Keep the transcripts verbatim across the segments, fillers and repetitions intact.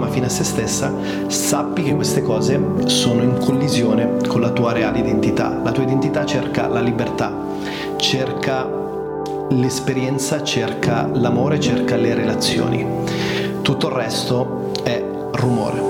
fine a se stessa, sappi che queste cose sono in collisione con la tua reale identità. La tua identità cerca la libertà, cerca l'esperienza, cerca l'amore, cerca le relazioni. Tutto il resto è rumore.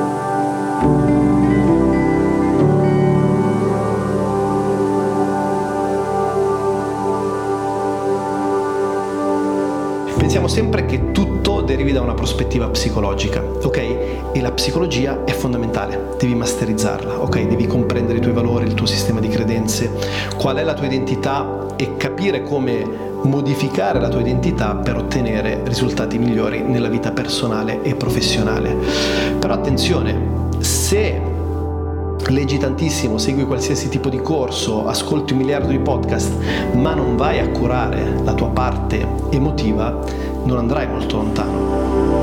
Pensiamo sempre che tutto derivi da una prospettiva psicologica, ok? E la psicologia è fondamentale, devi masterizzarla, ok? Devi comprendere i tuoi valori, il tuo sistema di credenze, qual è la tua identità e capire come modificare la tua identità per ottenere risultati migliori nella vita personale e professionale. Però attenzione, se leggi tantissimo, segui qualsiasi tipo di corso, ascolti un miliardo di podcast, ma non vai a curare la tua parte emotiva, non andrai molto lontano.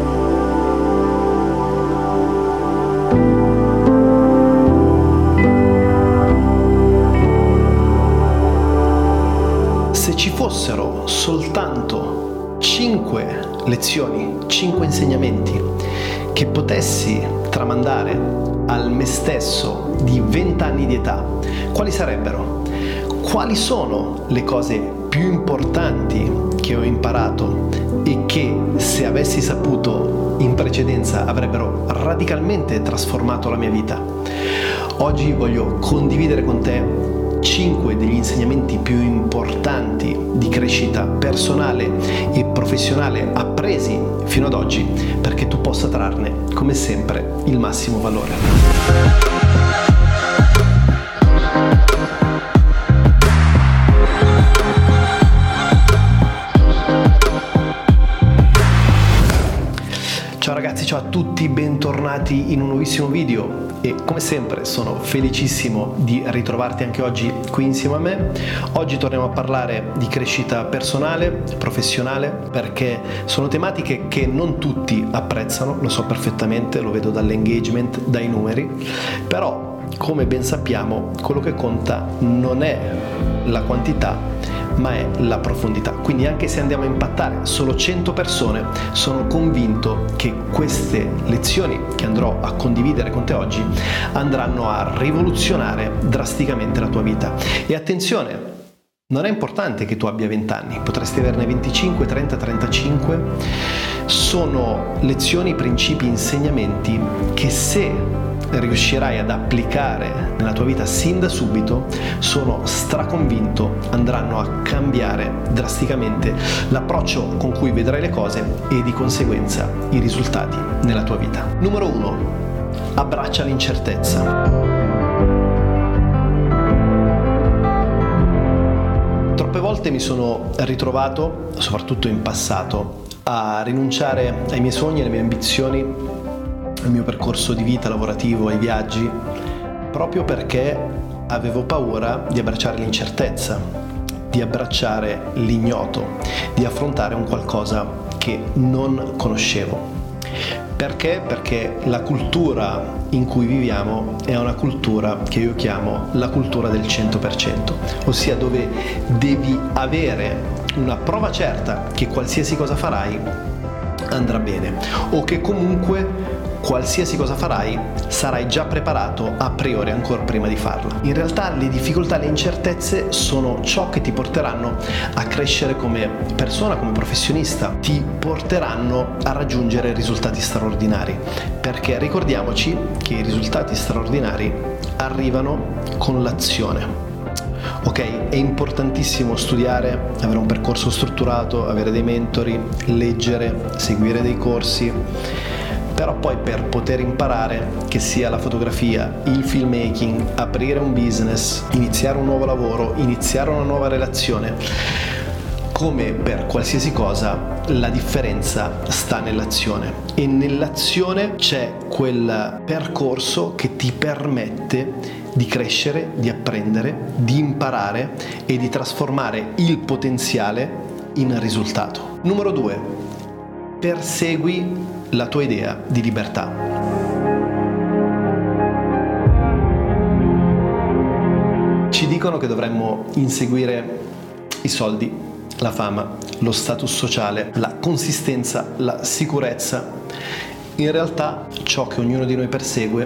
Se ci fossero soltanto cinque lezioni, cinque insegnamenti che potessi tramandare al me stesso di venti anni di età, quali sarebbero? Quali sono le cose più importanti che ho imparato e che, se avessi saputo in precedenza, avrebbero radicalmente trasformato la mia vita? Oggi voglio condividere con te cinque degli insegnamenti più importanti di crescita personale e professionale appresi fino ad oggi, perché tu possa trarne, come sempre, il massimo valore. Ciao ragazzi, ciao a tutti, bentornati in un nuovissimo video e come sempre sono felicissimo di ritrovarti anche oggi qui insieme a me. Oggi torniamo a parlare di crescita personale, professionale, perché sono tematiche che non tutti apprezzano, lo so perfettamente, lo vedo dall'engagement, dai numeri, però come ben sappiamo quello che conta non è la quantità ma è la profondità. Quindi anche se andiamo a impattare solo cento persone, sono convinto che queste lezioni che andrò a condividere con te oggi andranno a rivoluzionare drasticamente la tua vita. E attenzione, non è importante che tu abbia venti anni, potresti averne venticinque, trenta, trentacinque. Sono lezioni, principi, insegnamenti che se riuscirai ad applicare nella tua vita sin da subito, sono straconvinto andranno a cambiare drasticamente l'approccio con cui vedrai le cose e di conseguenza i risultati nella tua vita. Numero uno, abbraccia l'incertezza. Troppe volte mi sono ritrovato, soprattutto in passato, a rinunciare ai miei sogni, alle mie ambizioni, al mio percorso di vita lavorativo, ai viaggi, proprio perché avevo paura di abbracciare l'incertezza, di abbracciare l'ignoto, di affrontare un qualcosa che non conoscevo. Perché? Perché la cultura in cui viviamo è una cultura che io chiamo la cultura del cento per cento, ossia dove devi avere una prova certa che qualsiasi cosa farai andrà bene, o che comunque qualsiasi cosa farai sarai già preparato a priori ancora prima di farla. In realtà le difficoltà e le incertezze sono ciò che ti porteranno a crescere come persona, come professionista, ti porteranno a raggiungere risultati straordinari, perché ricordiamoci che i risultati straordinari arrivano con l'azione. Ok, è importantissimo studiare, avere un percorso strutturato, avere dei mentori, leggere, seguire dei corsi, però poi per poter imparare, che sia la fotografia, il filmmaking, aprire un business, iniziare un nuovo lavoro, iniziare una nuova relazione, come per qualsiasi cosa, la differenza sta nell'azione, e nell'azione c'è quel percorso che ti permette di crescere, di apprendere, di imparare e di trasformare il potenziale in risultato. Numero due, persegui la tua idea di libertà. Ci dicono che dovremmo inseguire i soldi, la fama, lo status sociale, la consistenza, la sicurezza, In realtà ciò che ognuno di noi persegue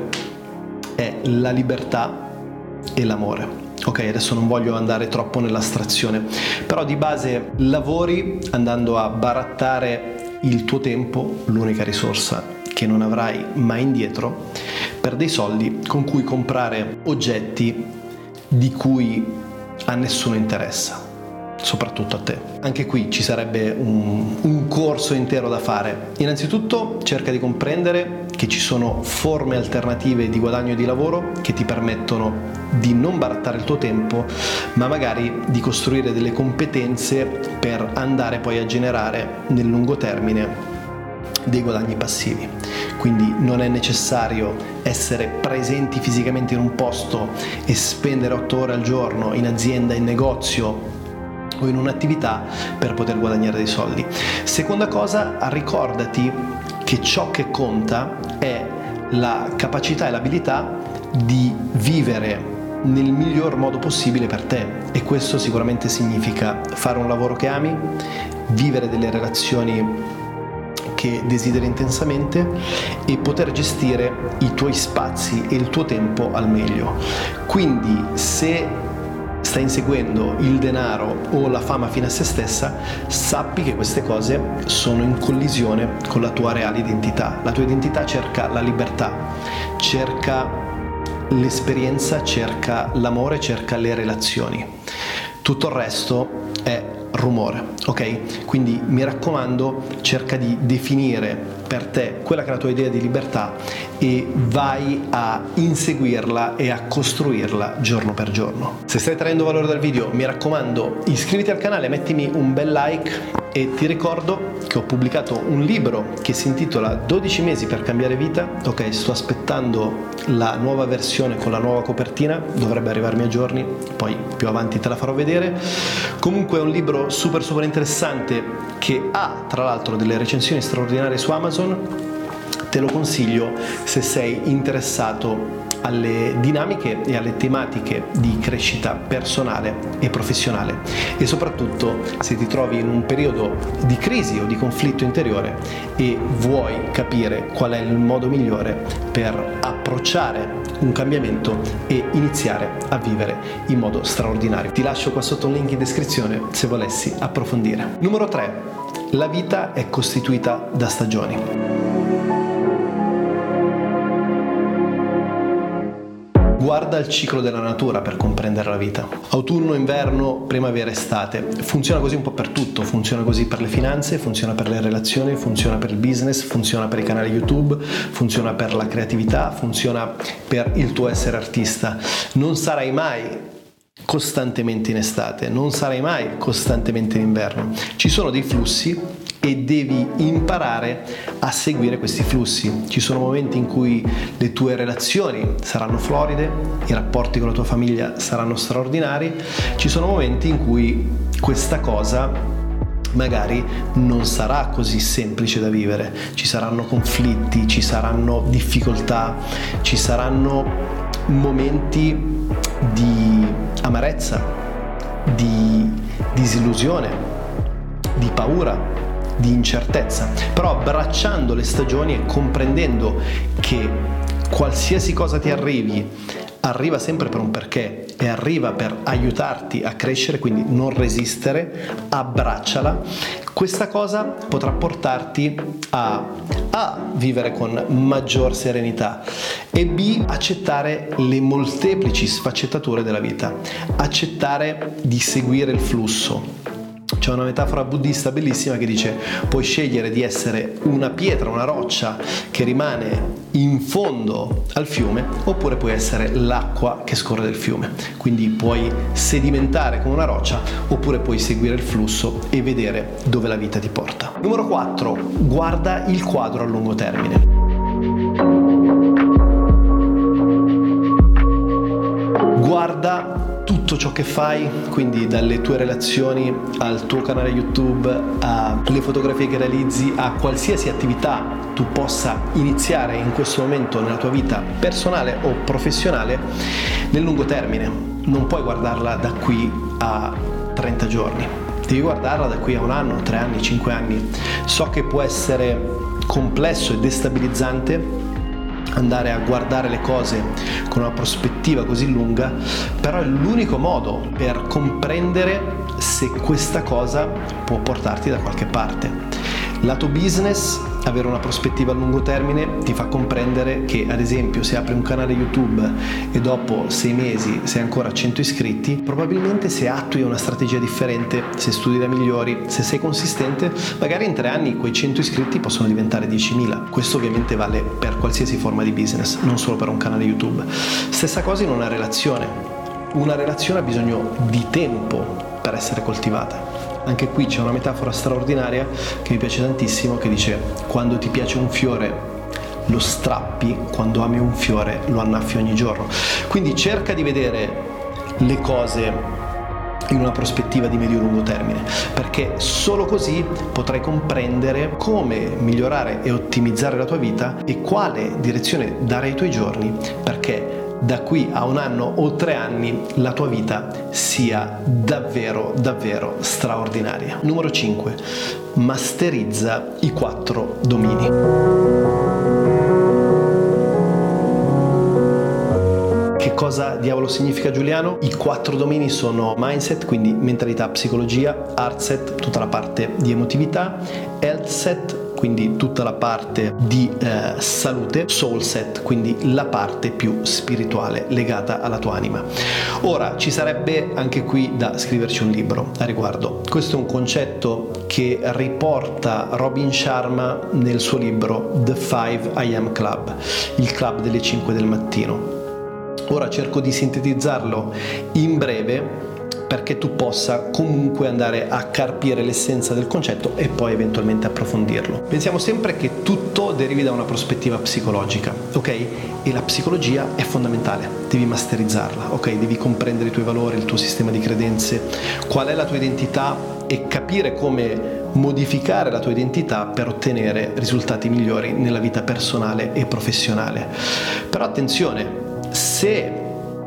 è la libertà e l'amore. Ok, adesso non voglio andare troppo nell'astrazione, però di base lavori andando a barattare il tuo tempo, l'unica risorsa che non avrai mai indietro, per dei soldi con cui comprare oggetti di cui a nessuno interessa, soprattutto a te. Anche qui ci sarebbe un, un corso intero da fare. Innanzitutto cerca di comprendere che ci sono forme alternative di guadagno e di lavoro che ti permettono di non barattare il tuo tempo, ma magari di costruire delle competenze per andare poi a generare nel lungo termine dei guadagni passivi. Quindi non è necessario essere presenti fisicamente in un posto e spendere otto ore al giorno in azienda, in negozio o in un'attività per poter guadagnare dei soldi. Seconda cosa, ricordati che ciò che conta è la capacità e l'abilità di vivere nel miglior modo possibile per te, e questo sicuramente significa fare un lavoro che ami, vivere delle relazioni che desideri intensamente e poter gestire i tuoi spazi e il tuo tempo al meglio. Quindi se stai inseguendo il denaro o la fama fine a se stessa, sappi che queste cose sono in collisione con la tua reale identità. La tua identità cerca la libertà, cerca l'esperienza, cerca l'amore, cerca le relazioni. Tutto il resto è rumore, ok? Quindi mi raccomando, cerca di definire per te quella che è la tua idea di libertà e vai a inseguirla e a costruirla giorno per giorno. Se stai traendo valore dal video, mi raccomando, iscriviti al canale, mettimi un bel like, e ti ricordo che ho pubblicato un libro che si intitola dodici mesi per cambiare vita. Ok, sto aspettando la nuova versione con la nuova copertina, dovrebbe arrivarmi a giorni, poi più avanti te la farò vedere. Comunque è un libro super super interessante che ha tra l'altro delle recensioni straordinarie su Amazon. Te lo consiglio se sei interessato alle dinamiche e alle tematiche di crescita personale e professionale, e soprattutto se ti trovi in un periodo di crisi o di conflitto interiore e vuoi capire qual è il modo migliore per approcciare un cambiamento e iniziare a vivere in modo straordinario. Ti lascio qua sotto un link in descrizione se volessi approfondire. Numero tre. La vita è costituita da stagioni. Guarda il ciclo della natura per comprendere la vita. Autunno, inverno, primavera, estate. Funziona così un po' per tutto. Funziona così per le finanze, funziona per le relazioni, funziona per il business, funziona per i canali YouTube, funziona per la creatività, funziona per il tuo essere artista. Non sarai mai costantemente in estate, non sarai mai costantemente in inverno. Ci sono dei flussi e devi imparare a seguire questi flussi. Ci sono momenti in cui le tue relazioni saranno floride, i rapporti con la tua famiglia saranno straordinari, ci sono momenti in cui questa cosa magari non sarà così semplice da vivere, ci saranno conflitti, ci saranno difficoltà, ci saranno momenti di amarezza, di disillusione, di paura, di incertezza. Però abbracciando le stagioni e comprendendo che qualsiasi cosa ti arrivi arriva sempre per un perché e arriva per aiutarti a crescere, quindi non resistere, abbracciala, questa cosa potrà portarti a A. vivere con maggior serenità e B. accettare le molteplici sfaccettature della vita, accettare di seguire il flusso. C'è una metafora buddista bellissima che dice: puoi scegliere di essere una pietra, una roccia che rimane in fondo al fiume, oppure puoi essere l'acqua che scorre del fiume. Quindi puoi sedimentare come una roccia, oppure puoi seguire il flusso e vedere dove la vita ti porta. Numero quattro. Guarda il quadro a lungo termine. Guarda tutto ciò che fai, quindi dalle tue relazioni al tuo canale YouTube, alle fotografie che realizzi, a qualsiasi attività tu possa iniziare in questo momento nella tua vita personale o professionale, nel lungo termine. Non puoi guardarla da qui a trenta giorni, devi guardarla da qui a un anno, tre anni, cinque anni. So che può essere complesso e destabilizzante andare a guardare le cose con una prospettiva così lunga, però è l'unico modo per comprendere se questa cosa può portarti da qualche parte. Lato business, avere una prospettiva a lungo termine ti fa comprendere che, ad esempio, se apri un canale YouTube e dopo sei mesi sei ancora a cento iscritti, probabilmente se attui una strategia differente, se studi da migliori, se sei consistente, magari in tre anni quei cento iscritti possono diventare diecimila. Questo ovviamente vale per qualsiasi forma di business, non solo per un canale YouTube. Stessa cosa in una relazione. Una relazione ha bisogno di tempo per essere coltivata. Anche qui c'è una metafora straordinaria che mi piace tantissimo, che dice: quando ti piace un fiore lo strappi, quando ami un fiore lo annaffi ogni giorno. Quindi cerca di vedere le cose in una prospettiva di medio-lungo termine, perché solo così potrai comprendere come migliorare e ottimizzare la tua vita e quale direzione dare ai tuoi giorni, perché da qui a un anno o tre anni la tua vita sia davvero davvero straordinaria. Numero cinque. Masterizza i quattro domini. Che cosa diavolo significa, Giuliano? I quattro domini sono mindset, quindi mentalità, psicologia; heart set, tutta la parte di emotività; health set, quindi tutta la parte di eh, salute; soul set, quindi la parte più spirituale legata alla tua anima. Ora, ci sarebbe anche qui da scriverci un libro a riguardo. Questo è un concetto che riporta Robin Sharma nel suo libro The five I Am Club, il club delle cinque del mattino. Ora cerco di sintetizzarlo in breve perché tu possa comunque andare a carpire l'essenza del concetto e poi eventualmente approfondirlo. Pensiamo sempre che tutto derivi da una prospettiva psicologica, ok? E la psicologia è fondamentale, devi masterizzarla, ok? Devi comprendere i tuoi valori, il tuo sistema di credenze, qual è la tua identità e capire come modificare la tua identità per ottenere risultati migliori nella vita personale e professionale. Però attenzione, se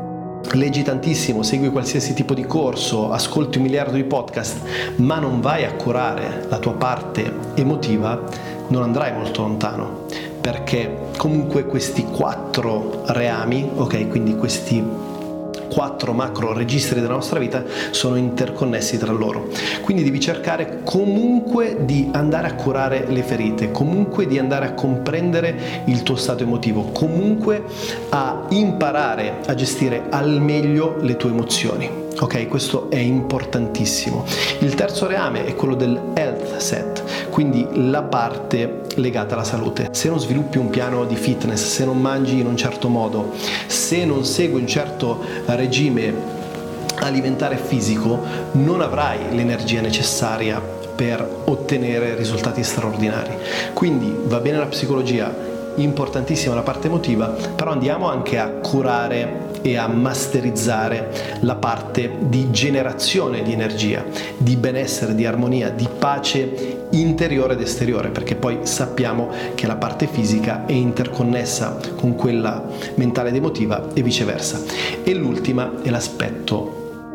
leggi tantissimo, segui qualsiasi tipo di corso, ascolti un miliardo di podcast, ma non vai a curare la tua parte emotiva, non andrai molto lontano, perché comunque questi quattro reami, ok, quindi questi quattro macro registri della nostra vita sono interconnessi tra loro. Quindi devi cercare comunque di andare a curare le ferite, comunque di andare a comprendere il tuo stato emotivo, comunque a imparare a gestire al meglio le tue emozioni. Ok, questo è importantissimo. Il terzo reame è quello del health set, quindi la parte legata alla salute. Se non sviluppi un piano di fitness, se non mangi in un certo modo, se non segui un certo regime alimentare e fisico, non avrai l'energia necessaria per ottenere risultati straordinari. Quindi va bene la psicologia, importantissima la parte emotiva, però andiamo anche a curare e a masterizzare la parte di generazione di energia, di benessere, di armonia, di pace interiore ed esteriore, perché poi sappiamo che la parte fisica è interconnessa con quella mentale ed emotiva e viceversa. E l'ultima è l'aspetto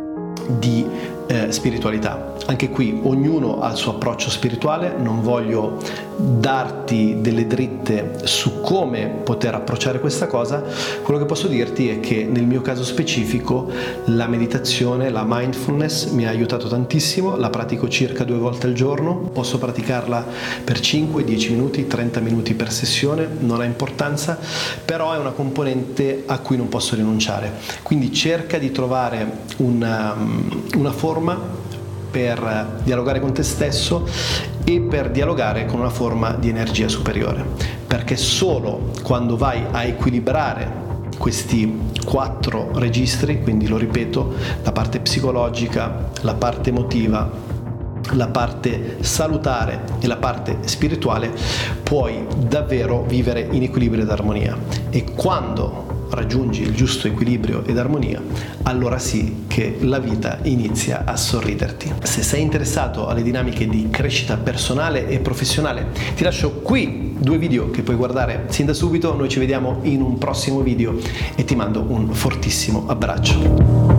di eh, spiritualità. Anche qui ognuno ha il suo approccio spirituale, non voglio darti delle dritte su come poter approcciare questa cosa. Quello che posso dirti è che nel mio caso specifico la meditazione, la mindfulness mi ha aiutato tantissimo, la pratico circa due volte al giorno, posso praticarla per cinque, dieci minuti, trenta minuti per sessione, non ha importanza, però è una componente a cui non posso rinunciare. Quindi cerca di trovare una, una forma per dialogare con te stesso e per dialogare con una forma di energia superiore, perché solo quando vai a equilibrare questi quattro registri, quindi lo ripeto, la parte psicologica, la parte emotiva, la parte salutare e la parte spirituale, puoi davvero vivere in equilibrio ed armonia. E quando raggiungi il giusto equilibrio ed armonia, allora sì che la vita inizia a sorriderti. Se sei interessato alle dinamiche di crescita personale e professionale, ti lascio qui due video che puoi guardare sin da subito. Noi ci vediamo in un prossimo video e ti mando un fortissimo abbraccio.